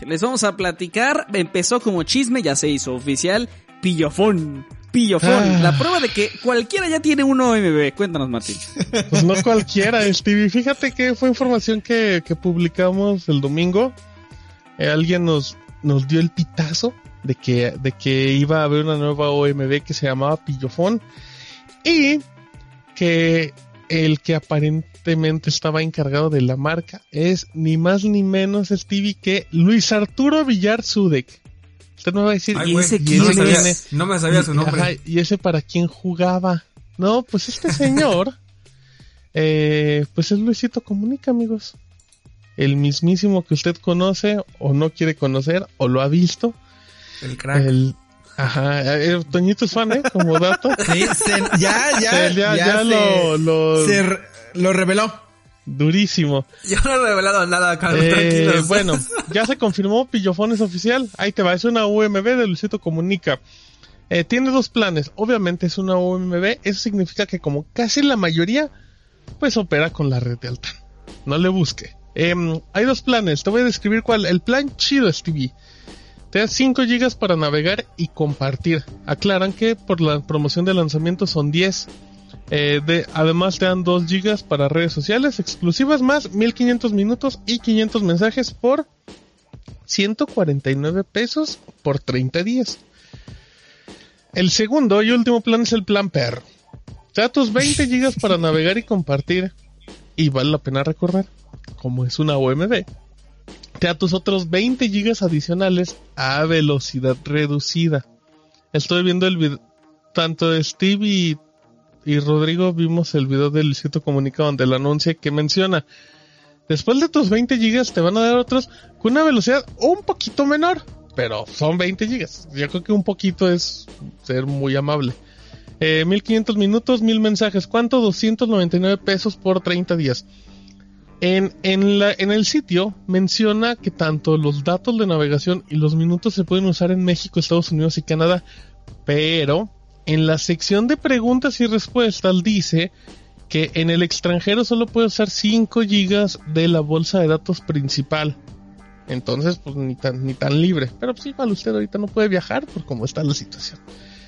Les vamos a platicar, empezó como chisme, ya se hizo oficial, Pillofón, la prueba de que cualquiera ya tiene un OMB. Cuéntanos, Martín. Pues no cualquiera, Stevie. Fíjate que fue información que publicamos el domingo. Alguien nos dio el pitazo de que iba a haber una nueva OMB que se llamaba Pillofón y que el que aparentemente estaba encargado de la marca es ni más ni menos, Stevie, que Luis Arturo Villar Zúdek. Usted me va a decir, ¿y ese quién es? No me sabía su nombre. Ajá, ¿y ese para quién jugaba? No, pues este señor, pues es Luisito Comunica, amigos. El mismísimo que usted conoce, o no quiere conocer, o lo ha visto. El crack. Toñito es fan, como dato. Sí, lo reveló. Durísimo. Yo no he revelado nada, Carlos, tranquilos. Bueno, ya se confirmó, Pillofón es oficial. Ahí te va, es una UMB de Luisito Comunica. Tiene dos planes. Obviamente es una UMB. Eso significa que como casi la mayoría, pues opera con la red de Altán. No le busque. Hay dos planes. Te voy a describir cuál. El plan chido, Stevie. Te da 5 GB para navegar y compartir. Aclaran que por la promoción de lanzamiento son 10. Además te dan 2 GB para redes sociales exclusivas, más 1500 minutos y 500 mensajes por 149 pesos por 30 días. El segundo y último plan es el plan perro. Te da tus 20 GB para navegar y compartir, y vale la pena recordar, como es una OMB, te da tus otros 20 GB adicionales a velocidad reducida. Estoy viendo el video, tanto de Steve y Rodrigo vimos el video de Luisito Comunica donde lo anuncia, que menciona, después de tus 20 GB te van a dar otros con una velocidad un poquito menor, pero son 20 GB. Yo creo que un poquito es ser muy amable. 1500 minutos, 1000 mensajes. ¿Cuánto? 299 pesos por 30 días. En el sitio menciona que tanto los datos de navegación y los minutos se pueden usar en México, Estados Unidos y Canadá, pero en la sección de preguntas y respuestas dice que en el extranjero solo puede usar 5 gigas de la bolsa de datos principal. Entonces, pues ni tan libre. Pero pues igual usted ahorita no puede viajar por cómo está la situación.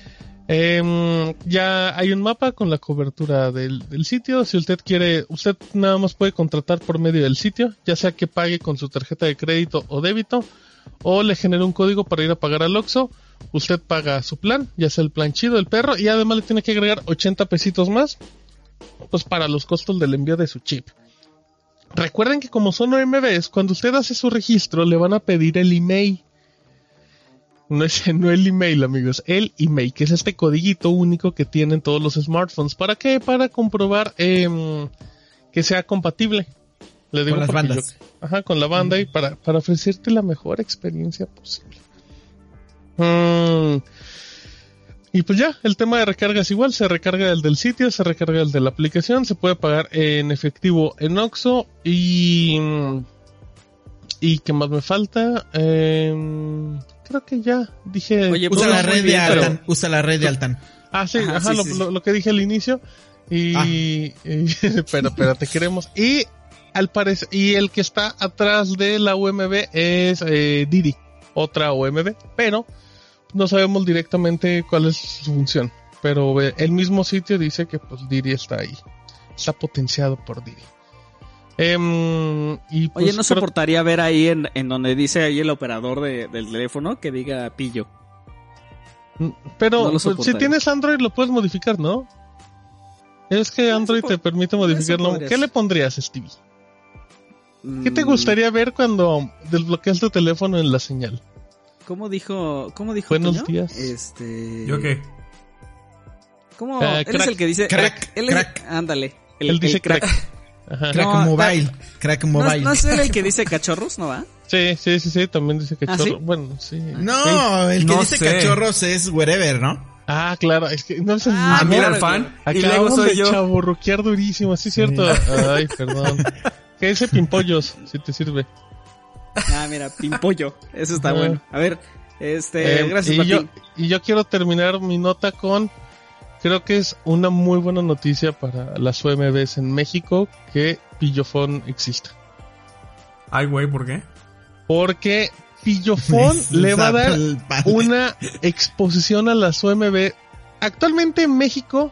Ya hay un mapa con la cobertura del sitio. Si usted quiere, usted nada más puede contratar por medio del sitio, ya sea que pague con su tarjeta de crédito o débito, o le genere un código para ir a pagar al Oxxo. Usted paga su plan, ya sea el plan chido, el perro, y además le tiene que agregar 80 pesitos más, pues para los costos del envío de su chip. Recuerden que como son OMBs, cuando usted hace su registro le van a pedir el email. No el email, amigos, el email, que es este codiguito único que tienen todos los smartphones. ¿Para qué? Para comprobar que sea compatible. Le digo con las bandas. Con la banda, y para ofrecerte la mejor experiencia posible. Y pues ya, el tema de recarga es igual, se recarga el del sitio, se recarga el de la aplicación, se puede pagar en efectivo en Oxxo y ¿qué más me falta? Creo que ya dije. Oye, usa la red de Altán, usa la red de Altán. Sí, lo que dije al inicio pero te queremos. Y al parecer, y el que está atrás de la UMB es Didi, otra UMB, pero no sabemos directamente cuál es su función, pero el mismo sitio dice que pues Didi está ahí, está potenciado por Didi. Y pues, oye, ¿no soportaría ver ahí en donde dice ahí el operador del teléfono que diga pillo? Pero no si tienes Android lo puedes modificar, ¿no? Es que Android te permite modificarlo. ¿Qué le pondrías, Stevie? ¿Qué te gustaría ver cuando desbloqueas tu teléfono en la señal? ¿Cómo dijo? Buenos Toño? días. ¿Yo qué? ¿Cómo? Él crack, es el que dice crack. Ándale. Él dice crack. Ajá. Crack Mobile. ¿No es él el que dice cachorros, no va? Sí, también dice cachorro. ¿Sí? Bueno, sí. No, el que no dice sé. Cachorros es Wherever, ¿no? Claro, es que no sé. Mira el fan. Y luego Acabamos soy de yo. chaburruquear durísimo, sí es cierto. Ay, perdón. ¿Qué dice Pimpollos? Si te sirve. Mira, Pimpollo. Eso está bueno. A ver, gracias, Martín. Yo quiero terminar mi nota con... Creo que es una muy buena noticia para las OMBs en México que Pillofón exista. Ay, güey, ¿por qué? Porque Pillofón le va a dar una exposición a las OMB. Actualmente en México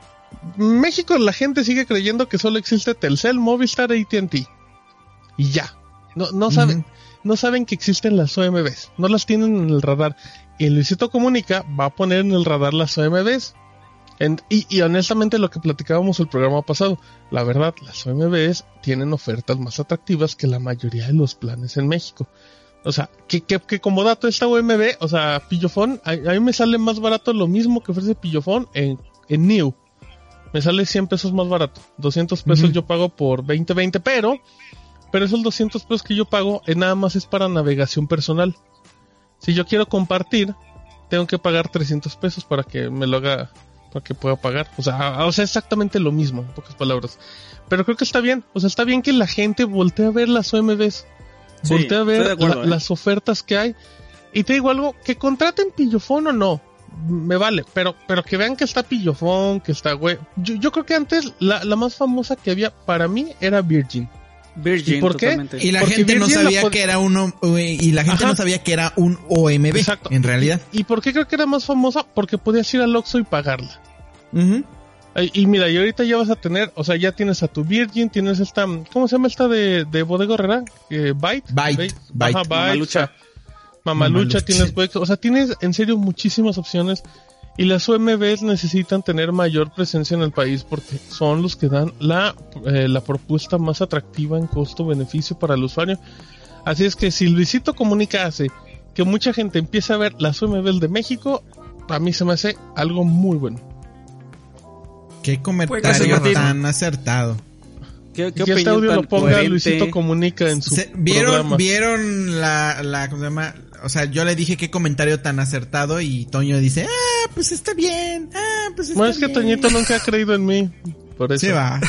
la gente sigue creyendo que solo existe Telcel, Movistar e AT&T. Y ya. No saben que existen las OMBs. No las tienen en el radar. Y Luisito Comunica va a poner en el radar las OMBs. Y honestamente lo que platicábamos el programa pasado, la verdad, las OMBs tienen ofertas más atractivas que la mayoría de los planes en México. O sea, que como dato esta OMB, o sea, Pillofón, a mí me sale más barato lo mismo que ofrece Pillofón en New. Me sale 100 pesos más barato. 200 pesos yo pago por 2020, pero esos 200 pesos que yo pago nada más es para navegación personal. Si yo quiero compartir, tengo que pagar 300 pesos para que me lo haga, para que pueda pagar. O sea, exactamente lo mismo, en pocas palabras. Pero creo que está bien. O sea, está bien que la gente voltee a ver las OMBs. Sí, voltee a ver las ofertas que hay. Y te digo algo, que contraten Pillofón o no, me vale. Pero que vean que está Pillofón, que está güey. Yo creo que antes la más famosa que había para mí era Virgin. ¿Y por qué? Totalmente. Y la gente no sabía que era uno, y la gente no sabía que era un OMB. Exacto. En realidad. ¿Y por qué creo que era más famosa? Porque podías ir al Oxxo y pagarla. Y mira, y ahorita ya vas a tener, o sea, ya tienes a tu Virgin, tienes esta, ¿cómo se llama esta de Bodega Herrera? Byte. Mamalucha, tienes Wex, o sea, tienes en serio muchísimas opciones. Y las OMBs necesitan tener mayor presencia en el país porque son los que dan la propuesta más atractiva en costo-beneficio para el usuario. Así es que si Luisito Comunica hace que mucha gente empiece a ver las OMBs de México, a mí se me hace algo muy bueno. Qué comentario tan acertado. ¿Qué que este audio lo ponga coherente. Luisito Comunica en su programa. ¿Vieron la ¿cómo se llama? O sea, yo le dije qué comentario tan acertado y Toño dice, pues está bien, pues está bien. Bueno, es que Toñito nunca ha creído en mí, por eso. Se va.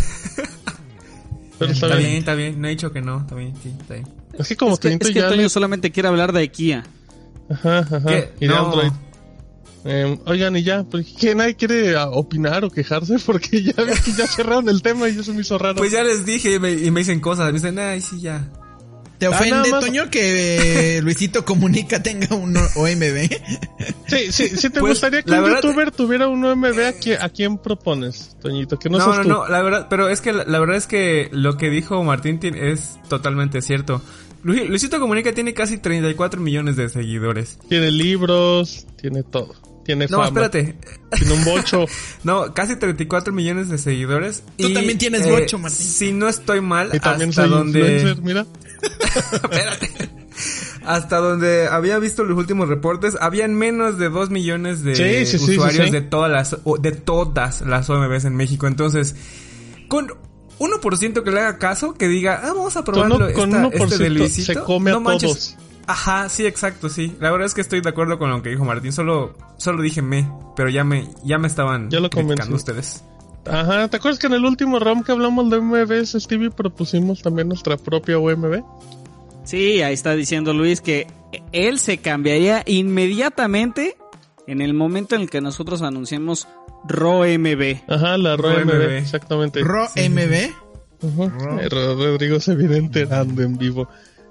Pero está bien, no he dicho que no, está bien. Es que como Toñito ya... Toño solamente quiere hablar de IKEA. Ajá, y de Android. Oigan, y ya, pues, ¿que nadie quiere opinar o quejarse? Porque ya ves que ya cerraron el tema y eso me hizo raro. Pues ya les dije y me dicen cosas, me dicen, ay, sí, ya. ¿Te ofende, Toño, que Luisito Comunica tenga un OMB? Sí, te pues, gustaría que un youtuber tuviera un OMB, ¿a quién propones, Toñito? Que no seas tú. No, la verdad, pero es que la verdad es que lo que dijo Martín es totalmente cierto. Luisito Comunica tiene casi 34 millones de seguidores. Tiene libros, tiene todo. Tiene fama. No, espérate. Tiene un bocho. No, casi 34 millones de seguidores. Tú también tienes bocho, Martín. Si no estoy mal, y también hasta donde... Mira. Espérate. Hasta donde había visto los últimos reportes, habían menos de 2 millones de usuarios de todas las OMBs en México. Entonces, con 1% que le haga caso, que diga, vamos a probarlo. Con 1% de Luisito, se come a todos. Ajá, sí, exacto, sí. La verdad es que estoy de acuerdo con lo que dijo Martín. Solo dije pero ya me estaban criticando ustedes. Ajá, ¿te acuerdas que en el último round que hablamos de OMBs, Stevie, propusimos también nuestra propia OMB? Sí, ahí está diciendo Luis que él se cambiaría inmediatamente en el momento en el que nosotros anunciemos ROMB. Ajá, la ROMB, exactamente. ¿ROMB? Rodrigo se viene enterando en vivo.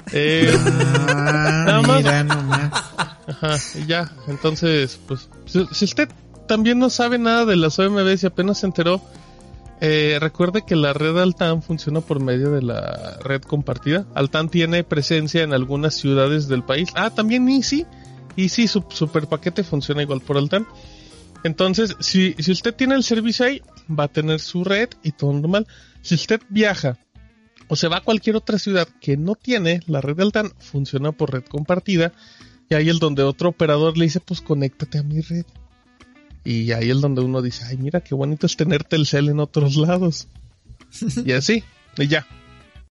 Nada más. Mira nomás. Ajá, y ya. Entonces, pues, si usted también no sabe nada de las OMBs y apenas se enteró, recuerde que la red Altán funciona por medio de la red compartida. Altán tiene presencia en algunas ciudades del país. También Easy, su super paquete funciona igual por Altán. Entonces, si usted tiene el servicio ahí, va a tener su red y todo normal. Si usted viaja o se va a cualquier otra ciudad que no tiene la red de Altán, funciona por red compartida. Y ahí es donde otro operador le dice, pues conéctate a mi red. Y ahí es donde uno dice, ay, mira qué bonito es tener Telcel en otros lados. Y así, y ya.